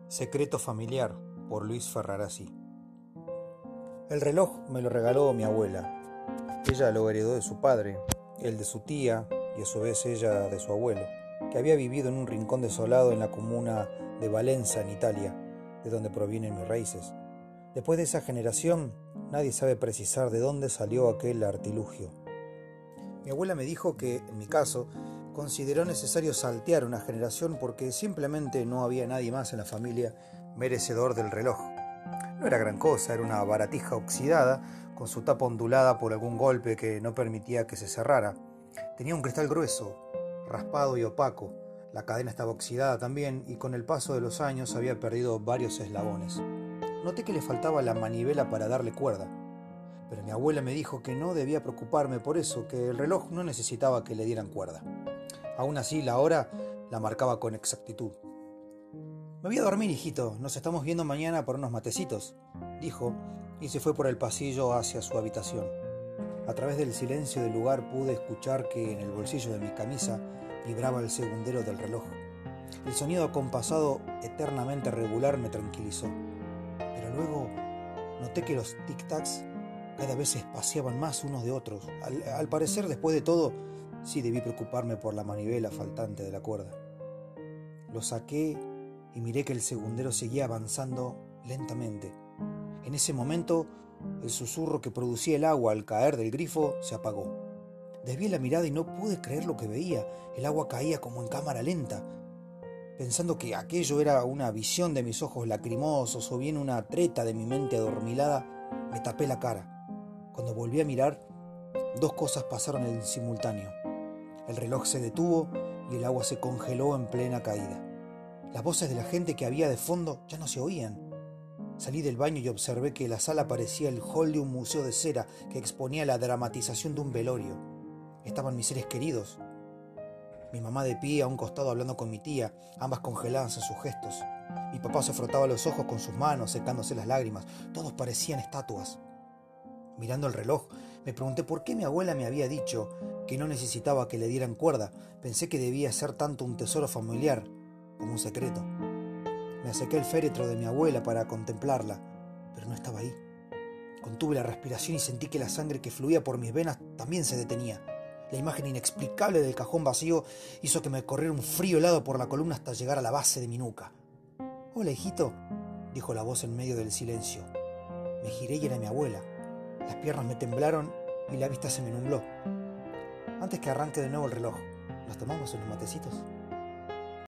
Secreto familiar, por Luis Ferrarasi. El reloj me lo regaló mi abuela. Ella lo heredó de su padre, él de su tía y a su vez ella de su abuelo, que había vivido en un rincón desolado en la comuna de Valenza, en Italia, de donde provienen mis raíces. Después de esa generación, nadie sabe precisar de dónde salió aquel artilugio. Mi abuela me dijo que, en mi caso, consideró necesario saltear una generación porque simplemente no había nadie más en la familia merecedor del reloj. No era gran cosa, era una baratija oxidada con su tapa ondulada por algún golpe que no permitía que se cerrara. Tenía un cristal grueso, raspado y opaco. La cadena estaba oxidada también y con el paso de los años había perdido varios eslabones. Noté que le faltaba la manivela para darle cuerda, pero mi abuela me dijo que no debía preocuparme por eso, que el reloj no necesitaba que le dieran cuerda. Aún así, la hora la marcaba con exactitud. «Me voy a dormir, hijito, nos estamos viendo mañana por unos matecitos», dijo, y se fue por el pasillo hacia su habitación. A través del silencio del lugar pude escuchar que en el bolsillo de mi camisa vibraba el segundero del reloj. El sonido acompasado eternamente regular me tranquilizó, pero luego noté que los tic-tacs cada vez se espaciaban más unos de otros. Al parecer, después de todo, sí debí preocuparme por la manivela faltante de la cuerda. Lo saqué y miré que el segundero seguía avanzando lentamente. En ese momento, el susurro que producía el agua al caer del grifo se apagó. Desvié la mirada y no pude creer lo que veía. El agua caía como en cámara lenta. Pensando que aquello era una visión de mis ojos lacrimosos o bien una treta de mi mente adormilada, me tapé la cara. Cuando volví a mirar, dos cosas pasaron en simultáneo. El reloj se detuvo y el agua se congeló en plena caída. Las voces de la gente que había de fondo ya no se oían. Salí del baño y observé que la sala parecía el hall de un museo de cera que exponía la dramatización de un velorio. Estaban mis seres queridos. Mi mamá de pie a un costado hablando con mi tía, ambas congeladas en sus gestos. Mi papá se frotaba los ojos con sus manos, secándose las lágrimas. Todos parecían estatuas. Mirando el reloj, me pregunté por qué mi abuela me había dicho que no necesitaba que le dieran cuerda. Pensé que debía ser tanto un tesoro familiar como un secreto. Me acerqué al féretro de mi abuela para contemplarla, pero no estaba ahí. Contuve la respiración y sentí que la sangre que fluía por mis venas también se detenía. La imagen inexplicable del cajón vacío hizo que me corriera un frío helado por la columna hasta llegar a la base de mi nuca. «Hola, hijito», dijo la voz en medio del silencio. Me giré y era mi abuela. Las piernas me temblaron y la vista se me nubló. «Antes que arranque de nuevo el reloj, ¿nos tomamos unos matecitos?».